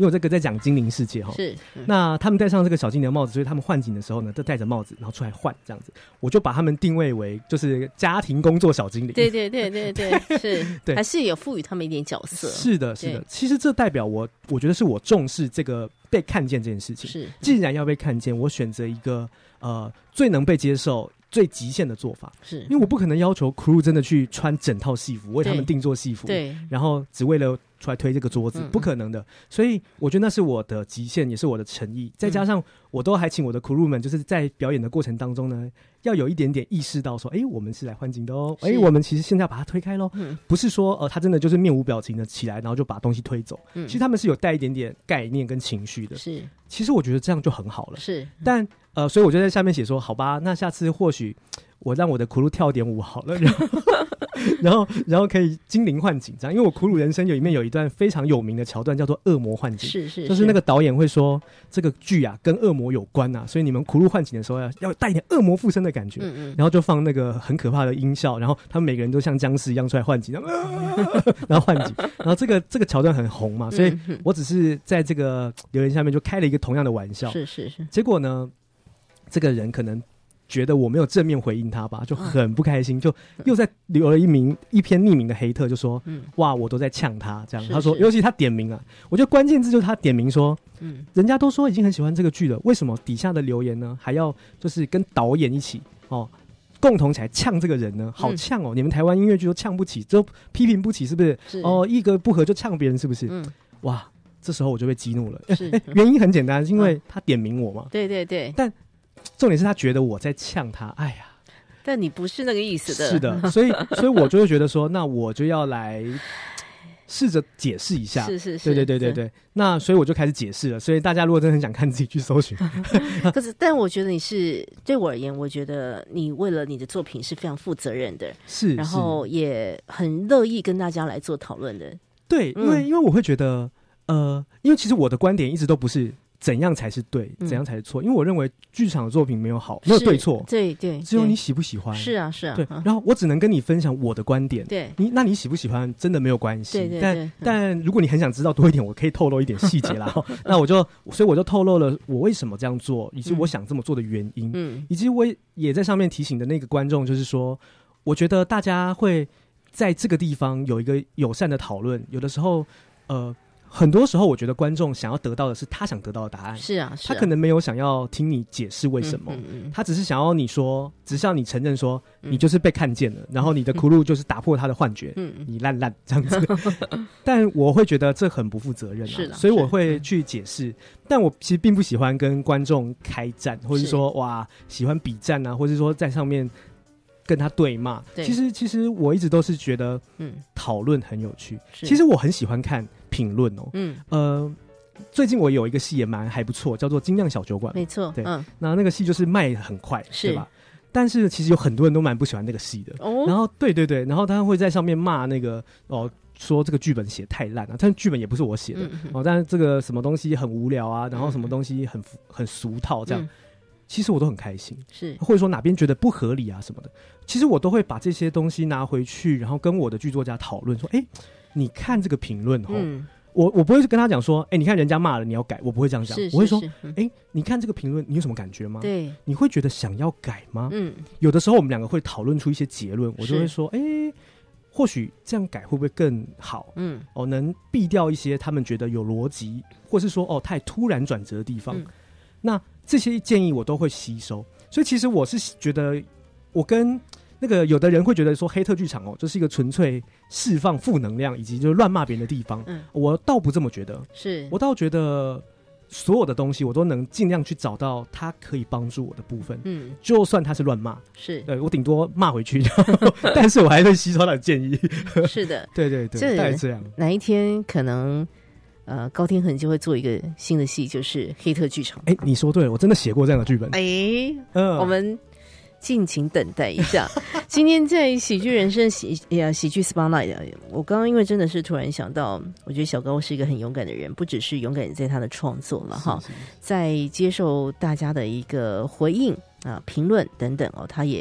因为我这个在讲精灵世界哈， 是、 那他们戴上这个小精灵的帽子，所以他们换景的时候呢，都戴着帽子，然后出来换这样子。我就把他们定位为就是家庭工作小精灵。 对，是，对，还是有赋予他们一点角色。 是的。其实这代表我觉得是我重视这个被看见这件事情。 是， 既然要被看见，我选择一个最能被接受、最极限的做法。是因为我不可能要求 crew 真的去穿整套戏服，为他们定做戏服，对，然后只为了出来推这个桌子，不可能的。所以我觉得那是我的极限，也是我的诚意。再加上我都还请我的 crew 们，就是在表演的过程当中呢，要有一点点意识到说，我们是来换景的哦，我们其实现在要把它推开咯，不是说他真的就是面无表情的起来，然后就把东西推走。其实他们是有带一点点概念跟情绪的。是，其实我觉得这样就很好了。是，但所以我就在下面写说，好吧，那下次或许我让我的 crew 跳点舞好了，然后可以精灵换景这样。因为我 crew 人生里面有一段非常有名的桥段叫做恶魔换景。是，就是那个导演会说这个剧啊跟恶魔有关啊，所以你们 crew 换景的时候要带一点恶魔附身的感觉。然后就放那个很可怕的音效，然后他们每个人都像僵尸一样出来换景，然后换景，然后这个桥段很红嘛，所以我只是在这个留言下面就开了一个同样的玩笑。是，结果呢，这个人可能觉得我没有正面回应他吧，就很不开心，就又在留了一篇匿名的黑特，就说哇，我都在呛他这样。他说，尤其他点名啊，我觉得关键字就是他点名说，人家都说已经很喜欢这个剧了，为什么底下的留言呢还要就是跟导演一起共同起来呛这个人呢？好呛哦！你们台湾音乐剧都呛不起，都批评不起，是不是？一个不合就呛别人，是不是？哇，这时候我就被激怒了。原因很简单，是因为他点名我嘛。对。但重点是他觉得我在呛他，哎呀！ 但你不是那个意思的。 是的，所以我就会觉得说，那我就要来试着解释一下。是，对。那所以我就开始解释了。所以大家如果真的很想看，自己去搜寻。 可是，但我觉得你是对我而言，我觉得你为了你的作品是非常负责任的，是，然后也很乐意跟大家来做讨论的。 对，因为我会觉得，因为其实我的观点一直都不是怎样才是对，怎样才是错，因为我认为剧场的作品没有好，没有对错，对，只有你喜不喜欢。是啊，对。然后我只能跟你分享我的观点，对，那你喜不喜欢真的没有关系。但如果你很想知道多一点，我可以透露一点细节啦。那所以我就透露了我为什么这样做，以及我想这么做的原因，以及我也在上面提醒的那个观众，就是说，我觉得大家会在这个地方有一个友善的讨论，有的时候很多时候我觉得观众想要得到的是他想得到的答案。是啊，他可能没有想要听你解释为什么，他只是想要你说，只是要你承认说你就是被看见了，然后你的苦路就是打破他的幻觉，你烂这样子。但我会觉得这很不负责任啊，所以我会去解释。但我其实并不喜欢跟观众开战，或者说哇喜欢比战啊，或者说在上面跟他对骂。其实我一直都是觉得讨论很有趣。其实我很喜欢看评论哦。最近我有一个戏也还不错，叫做《精酿小酒馆》。没错，对，那个戏就是卖很快，对吧？但是其实有很多人都蛮不喜欢那个戏的。然后对，然后他会在上面骂那个说这个剧本写太烂了，但剧本也不是我写的但是这个什么东西很无聊啊，然后什么东西很俗套这样。其实我都很开心，是或者说哪边觉得不合理啊什么的，其实我都会把这些东西拿回去，然后跟我的剧作家讨论说，你看这个评论我不会跟他讲说，你看人家骂了你要改，我不会这样讲，我会说，你看这个评论你有什么感觉吗？对，你会觉得想要改吗？有的时候我们两个会讨论出一些结论，我就会说，或许这样改会不会更好？能避掉一些他们觉得有逻辑，或是说太突然转折的地方。那这些建议我都会吸收，所以其实我是觉得，我跟那个有的人会觉得说黑特剧场就是一个纯粹释放负能量以及就是乱骂别人的地方。我倒不这么觉得，我倒觉得所有的东西我都能尽量去找到它可以帮助我的部分。就算他是乱骂，对我顶多骂回去，但是我还会吸收他的建议。是的，对，大概这样。 哪一天可能？高天恒就会做一个新的戏，就是黑特剧场。 你说对了，我真的写过这样的剧本。 我们敬请等待一下。今天在喜剧人生喜剧 Spotlight， 我刚刚因为真的是突然想到，我觉得小高是一个很勇敢的人，不只是勇敢在他的创作了哈，在接受大家的一个回应评论等等他也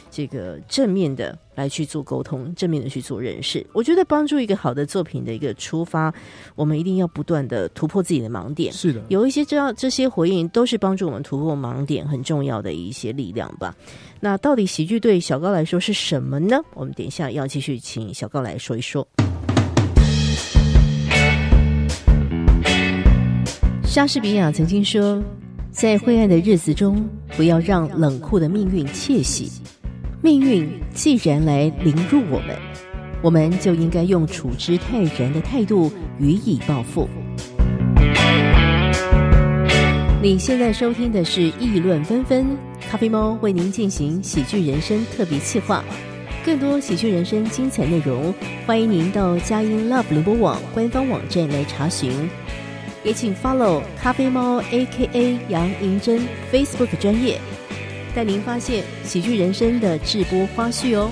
这个正面的来去做沟通，正面的去做认识。我觉得帮助一个好的作品的一个出发，我们一定要不断的突破自己的盲点。 是的， 有一些这些回应都是帮助我们突破盲点很重要的一些力量吧。那到底喜剧对小高来说是什么呢？我们等一下要继续请小高来说一说。莎士比亚曾经说，在灰暗的日子中，不要让冷酷的命运窃喜。命运既然来凌辱我们，我们就应该用处之泰然的态度予以报复。你现在收听的是议论纷纷，咖啡猫为您进行喜剧人生特别企划。更多喜剧人生精彩内容，欢迎您到佳音 Love 联播网官方网站来查询。也请 follow 咖啡猫 AKA 杨银珍 Facebook 专页，带您发现喜剧人生的直播花絮哦。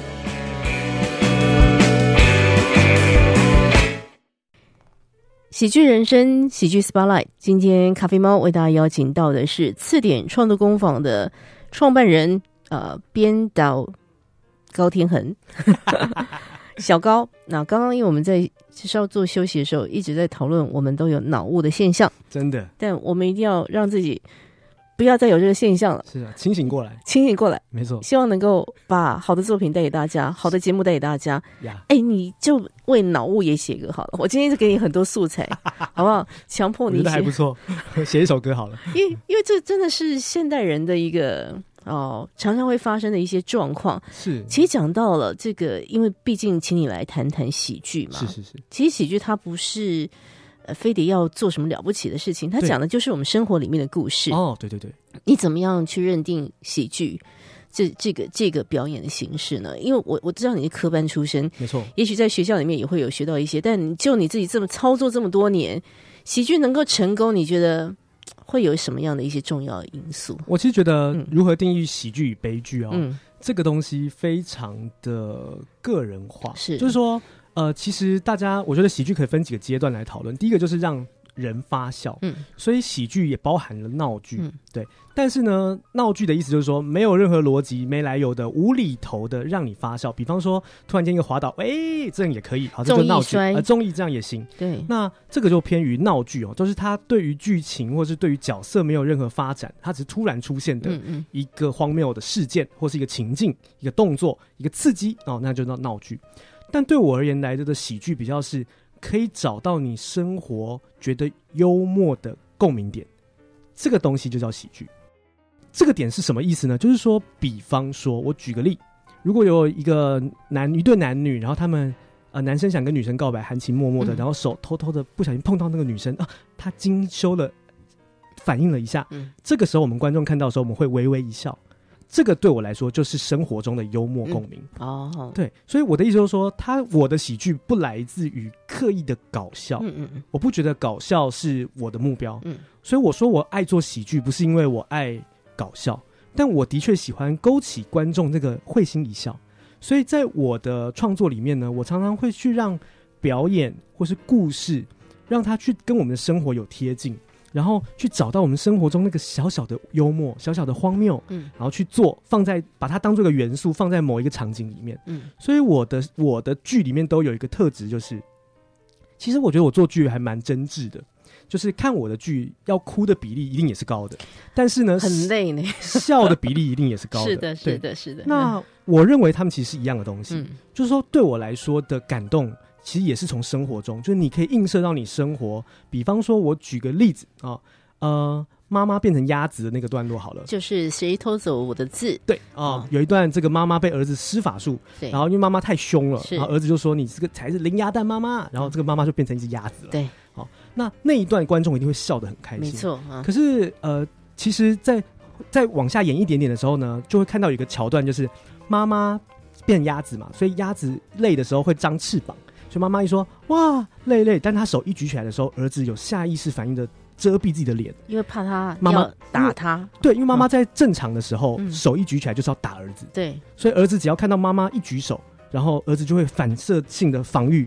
喜剧人生，喜剧 Spotlight， 今天咖啡猫为大家邀请到的是次点创作工坊的创办人编导高天恒小高。那刚刚因为我们在稍作休息的时候一直在讨论我们都有脑雾的现象， 真的， 但我们一定要让自己不要再有这个现象了。 是啊，清醒过来，没错， 希望能够把好的作品带给大家，好的节目带给大家。你就为脑雾也写歌好了，我今天就给你很多素材好不好？强迫你写，我觉得还不错写一首歌好了。 因为这真的是现代人的一个常常会发生的一些状况。 是， 其实讲到了这个，因为毕竟请你来谈谈喜剧嘛。 是。 其实喜剧它不是非得要做什么了不起的事情，它讲的就是我们生活里面的故事。 对， 你怎么样去认定喜剧这个表演的形式呢？因为我知道你是科班出身， 没错， 也许在学校里面也会有学到一些，但就你自己这么操作这么多年，喜剧能够成功，你觉得会有什么样的一些重要的因素？ 我其实觉得如何定义喜剧与悲剧这个东西非常的个人化，就是说其实大家我觉得喜剧可以分几个阶段来讨论。第一个就是让人发笑，所以喜剧也包含了闹剧，对。但是呢，闹剧的意思就是说没有任何逻辑、没来由的、无厘头的让你发笑。比方说，突然间一个滑倒，这样也可以，好，这就闹剧。综艺这样也行， 对。 那这个就偏于闹剧就是它对于剧情或是对于角色没有任何发展，它只是突然出现的一个荒谬的事件，或是一个情境、一个动作、一个刺激那就叫闹剧。但对我而言来的喜剧比较是可以找到你生活觉得幽默的共鸣点，这个东西就叫喜剧。这个点是什么意思呢？就是说，比方说我举个例，如果有一对男女，然后他们男生想跟女生告白，含情脉脉的，然后手偷偷的不小心碰到那个女生她惊羞了，反应了一下，这个时候我们观众看到的时候，我们会微微一笑。这个对我来说就是生活中的幽默共鸣对，所以我的意思就是说，我的喜剧不来自于刻意的搞笑，我不觉得搞笑是我的目标，所以我说我爱做喜剧，不是因为我爱搞笑，但我的确喜欢勾起观众这个会心一笑。所以在我的创作里面呢，我常常会去让表演或是故事，让它去跟我们的生活有贴近。然后去找到我们生活中那个小小的幽默、小小的荒谬，然后去把它当做一个元素，放在某一个场景里面。所以我的剧里面都有一个特质，就是其实我觉得我做剧还蛮真挚的，就是看我的剧要哭的比例一定也是高的，但是呢很累呢， 笑的比例一定也是高的。 是的。 那我认为他们其实是一样的东西，就是说对我来说的感动。其实也是从生活中，就是你可以映射到你生活。比方说，我举个例子妈妈变成鸭子的那个段落好了， 就是谁偷走我的字？ 对有一段这个妈妈被儿子施法术，然后因为妈妈太凶了，然后儿子就说你这个才是零鸭蛋妈妈，然后这个妈妈就变成一只鸭子了。 对， 那一段观众一定会笑得很开心， 没错。 可是其实在往下演一点点的时候呢，就会看到有一个桥段，就是妈妈变鸭子嘛，所以鸭子累的时候会张翅膀。所以妈妈一说哇累，但他手一举起来的时候，儿子有下意识反应的遮蔽自己的脸， 因为怕他妈妈打他。 对，因为妈妈在正常的时候，手一举起来就是要打儿子。 对， 所以儿子只要看到妈妈一举手，然后儿子就会反射性的防御。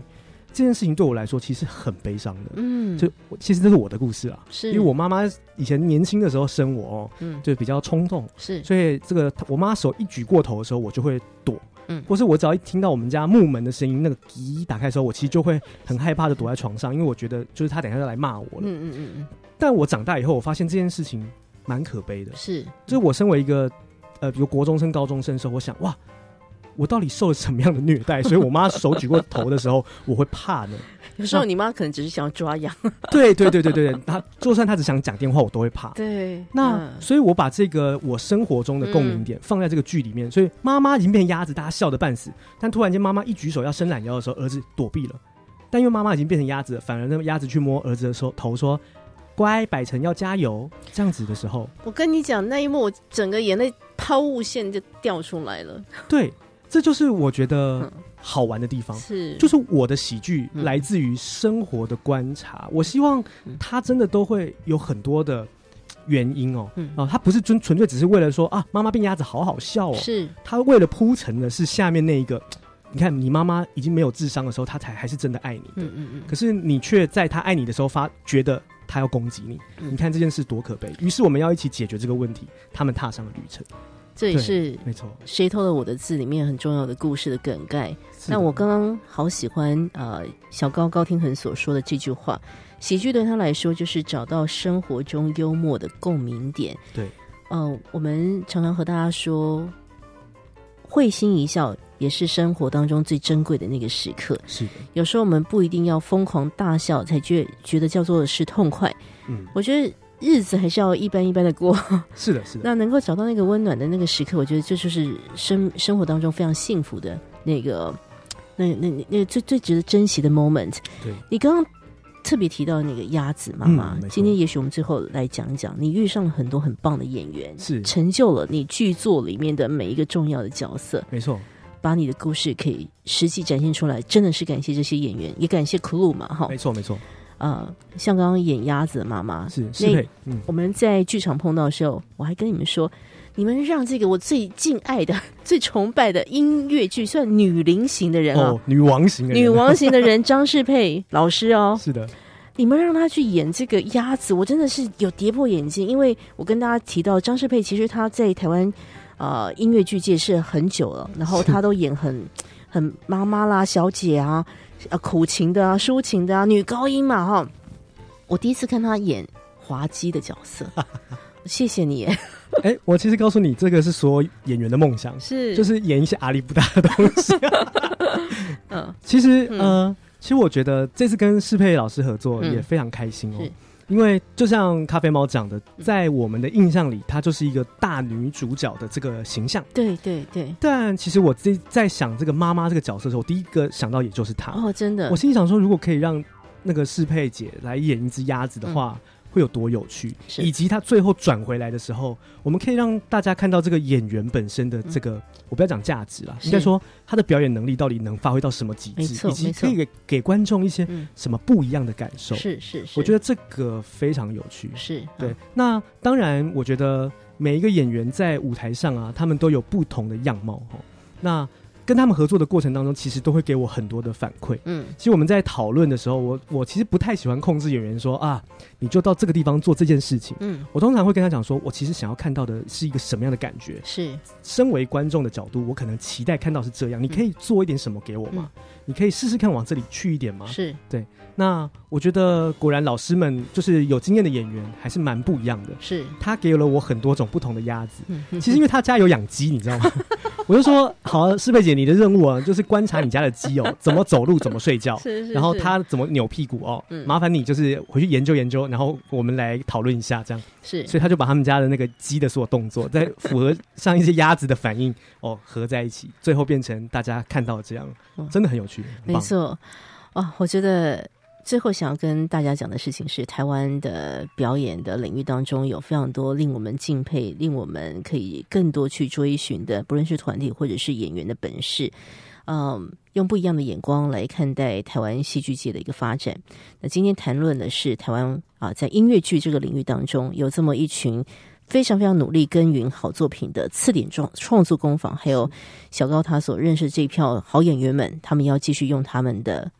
这件事情对我来说其实很悲伤的。就其实这是我的故事啊，是因为我妈妈以前年轻的时候生我就比较冲动，是，所以这个我妈手一举过头的时候，我就会躲。或是我只要一听到我们家木门的声音，那个一打开的时候，我其实就会很害怕的躲在床上，因为我觉得就是他等一下就来骂我了。但我长大以后，我发现这件事情蛮可悲的，是，就是我身为一个比如国中生、高中生的时候，我想哇，我到底受了什么样的虐待？所以我妈手举过头的时候，我会怕呢。 有时候你妈可能只是想要抓痒。 对，她就算她只想讲电话，我都会怕。对，那所以我把这个我生活中的共鸣点放在这个剧里面，所以妈妈已经变鸭子，大家笑得半死。但突然间妈妈一举手要伸懒腰的时候，儿子躲避了。但因为妈妈已经变成鸭子了，反而那个鸭子去摸儿子的头说：“乖，百成要加油。”这样子的时候，我跟你讲那一幕，我整个眼泪抛物线就掉出来了。 对，这就是我觉得好玩的地方，就是我的喜剧来自于生活的观察。我希望它真的都会有很多的原因它不是纯粹只是为了说啊，妈妈变鸭子好好笑哦，是它为了铺陈的是下面那一个。你看，你妈妈已经没有智商的时候，她还是真的爱你的。可是你却在她爱你的时候觉得她要攻击你。你看这件事多可悲。于是我们要一起解决这个问题，他们踏上了旅程。 这也是没错，谁偷了我的字里面很重要的故事的梗概。那我刚刚好喜欢小高听恒所说的这句话，喜剧对他来说就是找到生活中幽默的共鸣点。对，我们常常和大家说，会心一笑也是生活当中最珍贵的那个时刻。是的，有时候我们不一定要疯狂大笑才觉得叫做是痛快。我觉得日子还是要一般一般的过。是的，是的。那能够找到那个温暖的那个时刻，我觉得这就是生活当中非常幸福的那个那最值得珍惜的 moment。对，你刚刚特别提到那个鸭子妈妈，今天也许我们最后来讲一讲，你遇上了很多很棒的演员，是成就了你剧作里面的每一个重要的角色。没错，把你的故事可以实际展现出来，真的是感谢这些演员，也感谢 Clue 嘛，哈。没错，没错。像刚刚演鸭子的妈妈是配，我们在剧场碰到的时候，我还跟你们说，你们让这个我最敬爱的、最崇拜的音乐剧算女伶型的人女王型的人张世佩老师是的，你们让他去演这个鸭子，我真的是有跌破眼镜，因为我跟大家提到张世佩，其实他在台湾音乐剧界是很久了，然后他都演很妈妈啦、小姐啊。苦情的抒情的女高音嘛哈，我第一次看她演滑稽的角色，谢谢你。 我其实告诉你，这个是所有演员的梦想，就是演一些阿里不达的东西。其实我觉得这次跟适配老师合作也非常开心因为就像咖啡猫讲的，在我们的印象里，她就是一个大女主角的这个形象。对对对。但其实我在想这个妈妈这个角色的时候，我第一个想到也就是她。真的。我心里想说，如果可以让那个适配姐来演一只鸭子的话，会有多有趣，以及她最后转回来的时候，我们可以让大家看到这个演员本身的这个，我不要讲价值啦，应该说他的表演能力到底能发挥到什么极致，以及可以给观众一些什么不一样的感受。是，我觉得这个非常有趣。是对。那当然，我觉得每一个演员在舞台上他们都有不同的样貌那跟他们合作的过程当中，其实都会给我很多的反馈。其实我们在讨论的时候，我其实不太喜欢控制演员说你就到这个地方做这件事情。我通常会跟他讲说，我其实想要看到的是一个什么样的感觉。是，身为观众的角度，我可能期待看到是这样。你可以做一点什么给我吗？你可以试试看往这里去一点吗？是，对。那我觉得果然老师们就是有经验的演员还是蛮不一样的。是，他给了我很多种不同的鸭子。其实因为他家有养鸡，你知道吗？我就说好，适配姐，你的任务就是观察你家的鸡怎么走路，怎么睡觉，然后它怎么扭屁股麻烦你就是回去研究研究，然后我们来讨论一下这样。是，所以他就把他们家的那个鸡的所有动作，再符合上一些鸭子的反应合在一起，最后变成大家看到的这样，真的很有趣。 没错我觉得最后想要跟大家讲的事情是，台湾的表演的领域当中有非常多令我们敬佩、令我们可以更多去追寻的，不论是团体或者是演员的本事。用不一样的眼光来看待台湾戏剧界的一个发展。那今天谈论的是台湾在音乐剧这个领域当中有这么一群非常非常努力耕耘好作品的次点创作工坊，还有小高他所认识这一票好演员们，他们要继续用他们的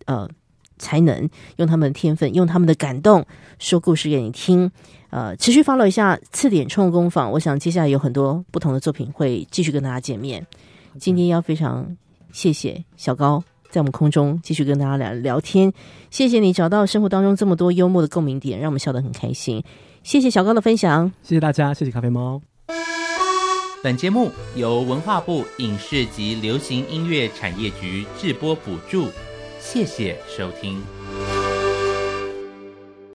才能，用他们的天分，用他们的感动说故事给你听。持续 follow 一下次点创工坊，我想接下来有很多不同的作品会继续跟大家见面。今天要非常谢谢小高在我们空中继续跟大家聊天，谢谢你找到生活当中这么多幽默的共鸣点，让我们笑得很开心。谢谢小高的分享， 谢谢大家，谢谢咖啡猫。 本节目由文化部影视及流行音乐产业局制播补助，谢谢收听。